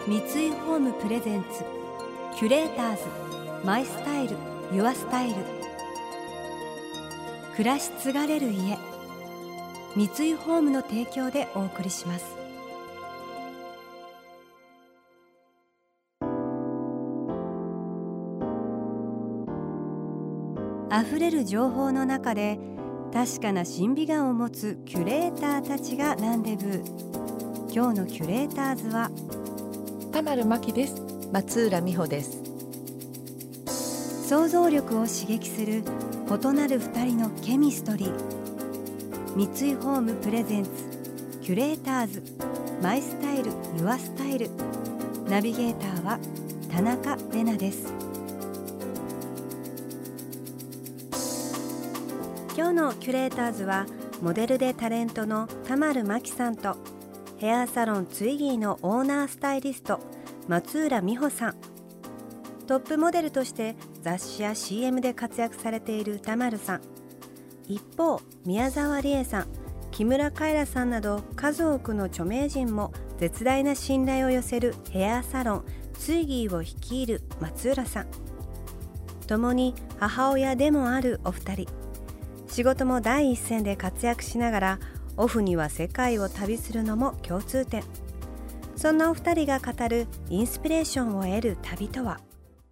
三井ホームプレゼンツキュレーターズマイスタイルユアスタイル。暮らし継がれる家、三井ホームの提供でお送りします。あふれる情報の中で確かな審美眼を持つキュレーターたちがランデブー。今日のキュレーターズは田丸真希です。 松浦美穂です。 想像力を刺激する異なる二人のケミストリー。三井ホームプレゼンツキュレーターズマイスタイルユアスタイル。ナビゲーターは田中れなです。今日のキュレーターズはモデルでタレントの田丸真希さんとヘアサロンツイギーのオーナースタイリスト松浦美穂さん。トップモデルとして雑誌や CM で活躍されている田丸さん。一方、宮沢りえさん、木村カエラさんなど数多くの著名人も絶大な信頼を寄せるヘアサロンツイギーを率いる松浦さん。共に母親でもあるお二人。仕事も第一線で活躍しながらオフには世界を旅するのも共通点。そんなお二人が語るインスピレーションを得る旅とは。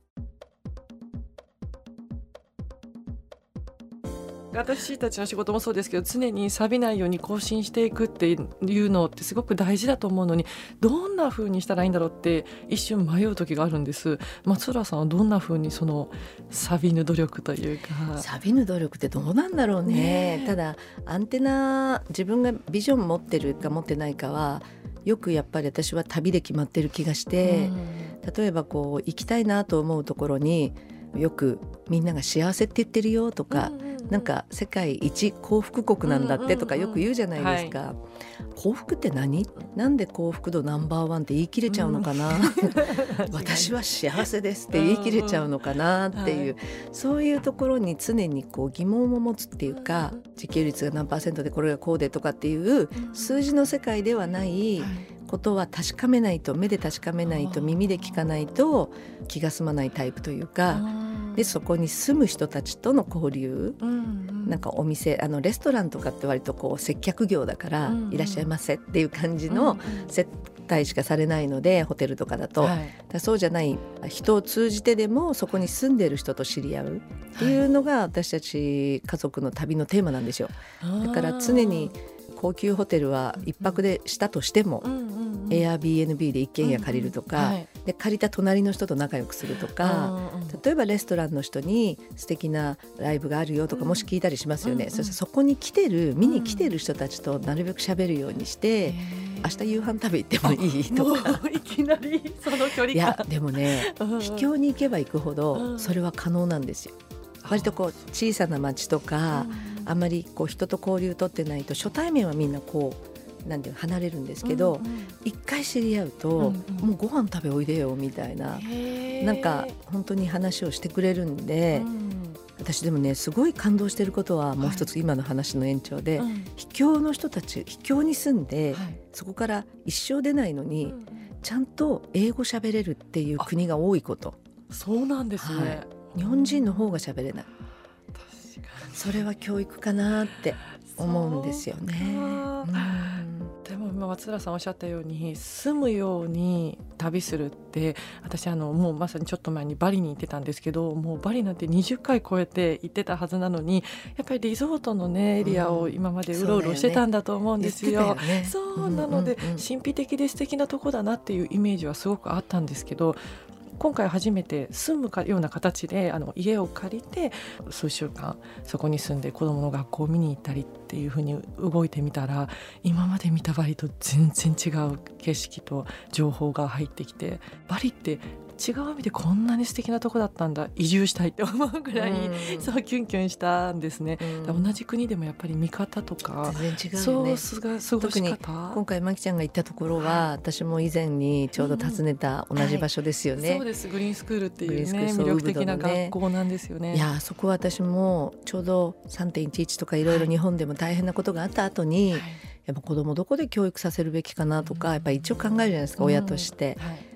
私たちの仕事もそうですけど、常に錆びないように更新していくっていうのってすごく大事だと思うのに、どんな風にしたらいいんだろうって一瞬迷う時があるんです。松浦さんはどんな風にその錆びぬ努力というか。 錆びぬ努力ってどうなんだろうね。ただアンテナ、自分がビジョン持ってるか持ってないかはよくやっぱり私は旅で決まってる気がして、例えばこう行きたいなと思うところによくみんなが幸せって言ってるよとか、なんか世界一幸福国なんだってとかよく言うじゃないですか、はい、幸福って何？なんで幸福度ナンバーワンって言い切れちゃうのかな私は幸せですって言い切れちゃうのかなっていう、そういうところに常にこう疑問を持つっていうか、自給率が何%でこれがこうでとかっていう数字の世界ではないことは確かめないと、目で確かめないと、耳で聞かないと気が済まないタイプというか、でそこに住む人たちとの交流、なんかお店、レストランとかって割とこう接客業だから、いらっしゃいませっていう感じの接待しかされないので、ホテルとかだと、だそうじゃない人を通じてでもそこに住んでる人と知り合うっていうのが私たち家族の旅のテーマなんですよ。だから常に高級ホテルは一泊でしたとしても、Airbnb で一軒家借りるとか、で借りた隣の人と仲良くするとか、例えばレストランの人に素敵なライブがあるよとかもし聞いたりしますよね。そしてそこに来てる、見に来てる人たちとなるべく喋るようにして、明日夕飯食べ行ってもいいとか。 いきなりその距離感。 いやでもね、秘境に行けば行くほどそれは可能なんですよ。割とこう小さな町とか、あんまりこう人と交流取ってないと初対面はみんなこうなんていう離れるんですけど、一回知り合うと、もうご飯食べおいでよみたいな、なんか本当に話をしてくれるんで、私でもねすごい感動してることはもう一つ、今の話の延長で、秘境の人たち、秘境に住んで、そこから一生出ないのに、ちゃんと英語喋れるっていう国が多いこと。 そうなんですね、 日本人の方が喋れない。それは教育かなって思うんですよね。 でも今松浦さんおっしゃったように、住むように旅するって、私もうまさにちょっと前にバリに行ってたんですけど、もうバリなんて20回超えて行ってたはずなのに、やっぱりリゾートのねエリアを今までうろうろしてたんだと思うんですよ。そうなので、神秘的で素敵なとこだなっていうイメージはすごくあったんですけど、今回初めて住むような形で家を借りて数週間そこに住んで子どもの学校を見に行ったりっていう風に動いてみたら、今まで見たバリと全然違う景色と情報が入ってきて、バリって違う意味でこんなに素敵なとこだったんだ、移住したいって思うぐらい、そうキュンキュンしたんですね。同じ国でもやっぱり見方とか全然違うよね。 特に今回マキちゃんが行ったところは、私も以前にちょうど訪ねた同じ場所ですよね。 そうです、グリーンスクールっていうね、魅力的な学校なんですよね。 いやそこは私もちょうど 3.11 とかいろいろ日本でも大変なことがあった後に、やっぱ子供どこで教育させるべきかなとか、やっぱり一応考えるじゃないですか、親として。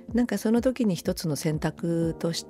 なんかその時に一つの選択として、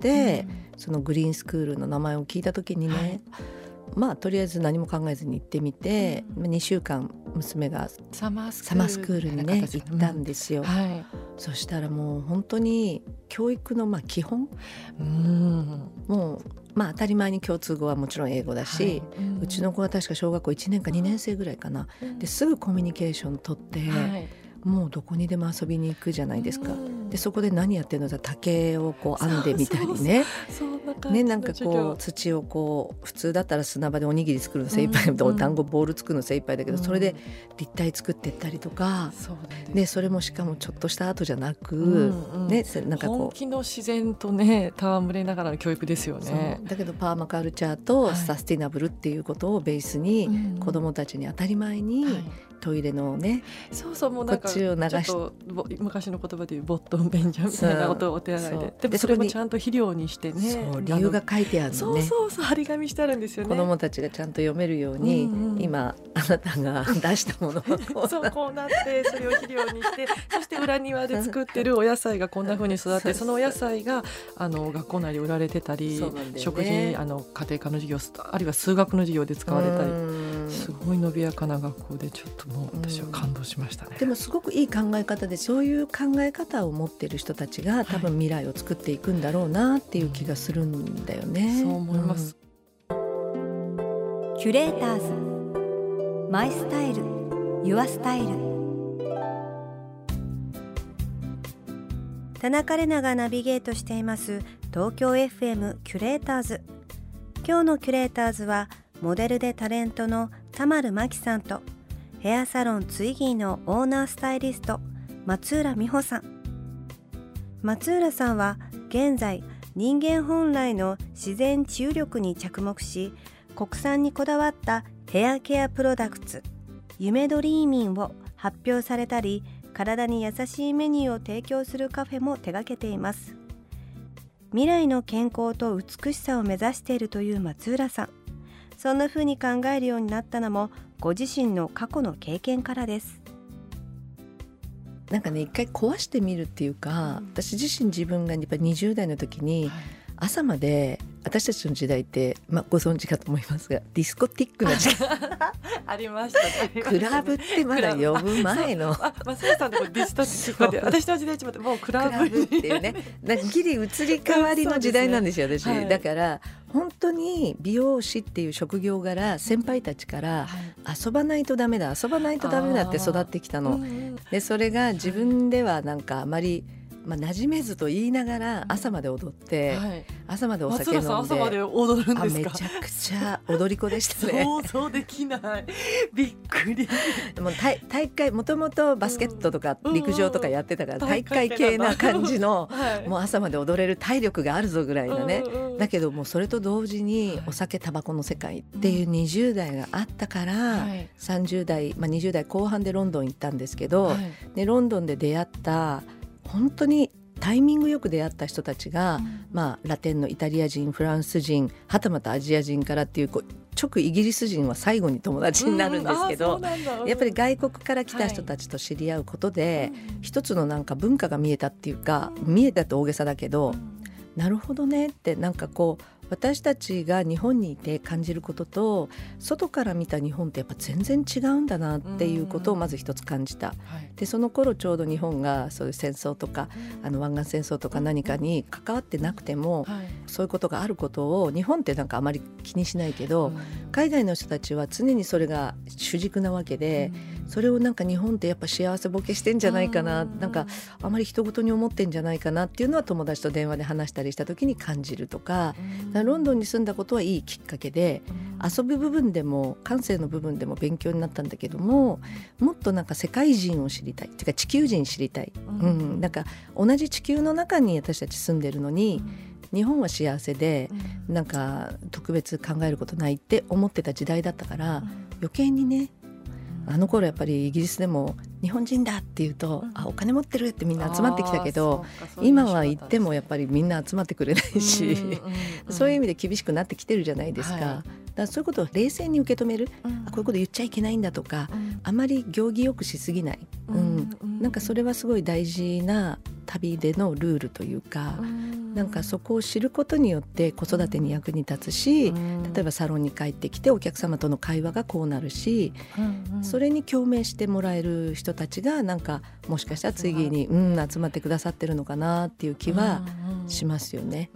そのグリーンスクールの名前を聞いた時にね、まあとりあえず何も考えずに行ってみて、2週間娘がサマースクールにね行ったんですよ、そしたらもう本当に教育の基本、もう当たり前に共通語はもちろん英語だし、うちの子は確か小学校1年か2年生ぐらいかな、ですぐコミュニケーション取って、もうどこにでも遊びに行くじゃないですか。でそこで何やってるのだ、竹をこう編んでみたりね、なんかこう土をこう普通だったら砂場でおにぎり作るの精一杯、お団子ボール作るの精一杯だけど、それで立体作っていったりとか、それもしかもちょっとした後じゃなく、なんかこう本気の自然とね戯れながらの教育ですよね。 だけどパーマカルチャーとサスティナブルっていうことをベースに、子どもたちに当たり前にトイレのね、 もうなんかちょっと昔の言葉でいうボットン便所みたいなことをお手洗いで、でもそれもちゃんと肥料にしてね、 理由が書いてあるのね。 そう張り紙してあるんですよね。 子どもたちがちゃんと読めるように、今あなたが出したものをそうこうなって、それを肥料にしてそして裏庭で作ってるお野菜がこんな風に育ってそのお野菜が学校内で売られてたり、食事家庭科の授業あるいは数学の授業で使われたり、すごい伸びやかな学校でちょっともう私は感動しましたね。 でもすごくいい考え方で、そういう考え方を持っている人たちが多分未来を作っていくんだろうなっていう気がするんだよね。 そう思います。 キュレーターズマイスタイルユアスタイル。田中れながナビゲートしています東京 FM キュレーターズ。今日のキュレーターズはモデルでタレントの田丸真紀さんとヘアサロンツイギーのオーナースタイリスト松浦美穂さん。松浦さんは現在人間本来の自然治癒力に着目し、国産にこだわったヘアケアプロダクツ夢ドリーミンを発表されたり、体に優しいメニューを提供するカフェも手掛けています。未来の健康と美しさを目指しているという松浦さん。そんな風に考えるようになったのもご自身の過去の経験からです。 なんかね、一回壊してみるっていうか、私自身自分がやっぱ20代の時に朝まで、私たちの時代って、ご存知かと思いますがディスコティックな時間ありましたね。 クラブってまだ呼ぶ前の松浦さんでもディスコティックで、私の時代もうクラブっていうね、なんかギリ移り変わりの時代なんですよ、私、だから本当に美容師っていう職業柄、先輩たちから遊ばないとダメだって育ってきたの、でそれが自分ではなんかあまり馴染めずと言いながら朝まで踊って、朝までお酒飲んで、 朝まで踊るんですか？ めちゃくちゃ踊り子でしたね。 想像できない、びっくり。 でも大会、もともとバスケットとか陸上とかやってたから、大会系な感じの、もう朝まで踊れる体力があるぞぐらいのね、だけどもうそれと同時にお酒タバコの世界っていう20代があったから、30代、20代後半でロンドン行ったんですけど、でロンドンで出会った本当にタイミングよく出会った人たちが、ラテンのイタリア人、フランス人、はたまたアジア人からっていう、直イギリス人は最後に友達になるんですけど、やっぱり外国から来た人たちと知り合うことで、一つのなんか文化が見えたっていうか、見えたって大げさだけど、なるほどねって、なんかこう私たちが日本にいて感じることと、外から見た日本ってやっぱ全然違うんだなっていうことをまず一つ感じた。でその頃ちょうど日本がそういう戦争とか、湾岸戦争とか何かに関わってなくても、そういうことがあることを日本ってなんかあまり気にしないけど、海外の人たちは常にそれが主軸なわけで、それをなんか日本ってやっぱ幸せボケしてんじゃないかな、なんかあまり人事に思ってんじゃないかなっていうのは友達と電話で話したりした時に感じるとか、ロンドンに住んだことはいいきっかけで、遊ぶ部分でも感性の部分でも勉強になったんだけども、もっとなんか世界人を知りたいっていうか、地球人知りたい、なんか同じ地球の中に私たち住んでるのに、日本は幸せでなんか特別考えることないって思ってた時代だったから、余計にね、あの頃やっぱりイギリスでも日本人だっていうと、お金持ってるってみんな集まってきたけど、今は行ってもやっぱりみんな集まってくれないし、そういう意味で厳しくなってきてるじゃないですか。だからそういうことを冷静に受け止める、こういうこと言っちゃいけないんだとか、あまり行儀よくしすぎない、なんかそれはすごい大事な旅でのルールというか、なんかそこを知ることによって子育てに役に立つし、例えばサロンに帰ってきてお客様との会話がこうなるし、それに共鳴してもらえる人たちがなんかもしかしたら次に集まってくださってるのかなっていう気はしますよね。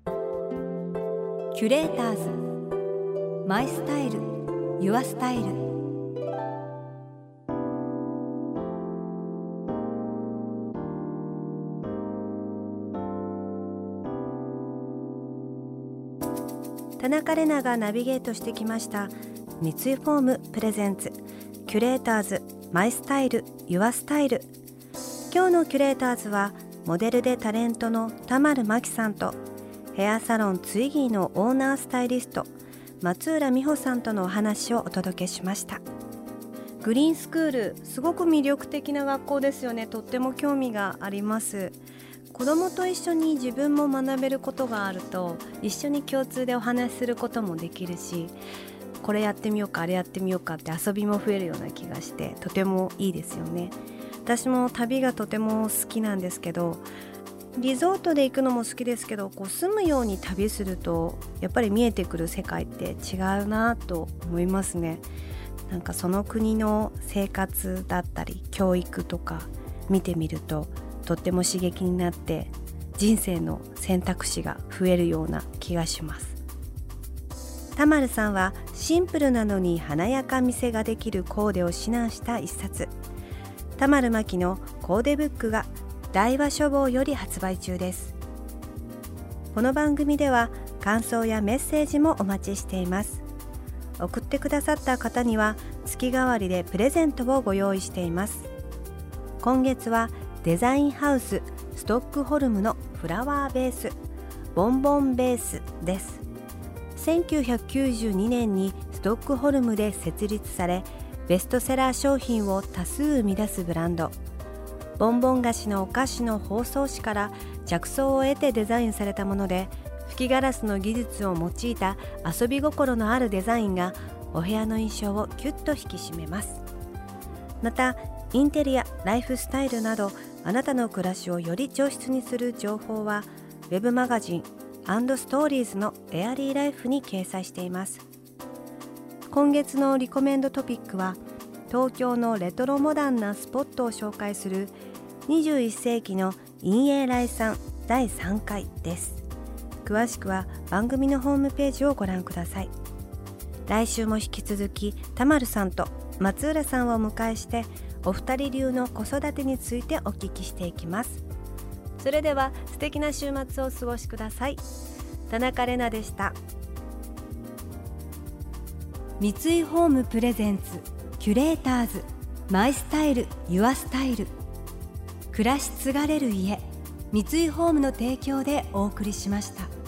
キュレーターズマイスタイルユアスタイル。田中れながナビゲートしてきました三井フォームプレゼンツキュレーターズマイスタイルユアスタイル。今日のキュレーターズはモデルでタレントの田丸真紀さんとヘアサロンツイギーのオーナースタイリスト松浦美穂さんとのお話をお届けしました。グリーンスクール、すごく魅力的な学校ですよね。とっても興味があります。子供と一緒に自分も学べることがあると一緒に共通でお話しすることもできるし、これやってみようかあれやってみようかって遊びも増えるような気がしてとてもいいですよね。私も旅がとても好きなんですけど、リゾートで行くのも好きですけど、住むように旅するとやっぱり見えてくる世界って違うなと思いますね。なんかその国の生活だったり教育とか見てみるととっても刺激になって人生の選択肢が増えるような気がします。田丸さんはシンプルなのに華やか見せができるコーデを指南した一冊、田丸真紀のコーデブックが大和書房より発売中です。この番組では感想やメッセージもお待ちしています。送ってくださった方には月替わりでプレゼントをご用意しています。今月はデザインハウスストックホルムのフラワーベースボンボンベースです。1992年にストックホルムで設立され、ベストセラー商品を多数生み出すブランド。ボンボン菓子のお菓子の包装紙から着想を得てデザインされたもので、吹きガラスの技術を用いた遊び心のあるデザインがお部屋の印象をキュッと引き締めます。またインテリア、ライフスタイルなどあなたの暮らしをより上質にする情報はウェブマガジン&ストーリーズのエアリーライフに掲載しています。今月のリコメンドトピックは東京のレトロモダンなスポットを紹介する21世紀の陰影来産第3回です。詳しくは番組のホームページをご覧ください。来週も引き続き田丸さんと松浦さんをお迎えしてお二人流の子育てについてお聞きしていきます。それでは素敵な週末をお過ごしください。田中れなでした。三井ホームプレゼンツキュレーターズマイスタイルユアスタイル。暮らし継がれる家、三井ホームの提供でお送りしました。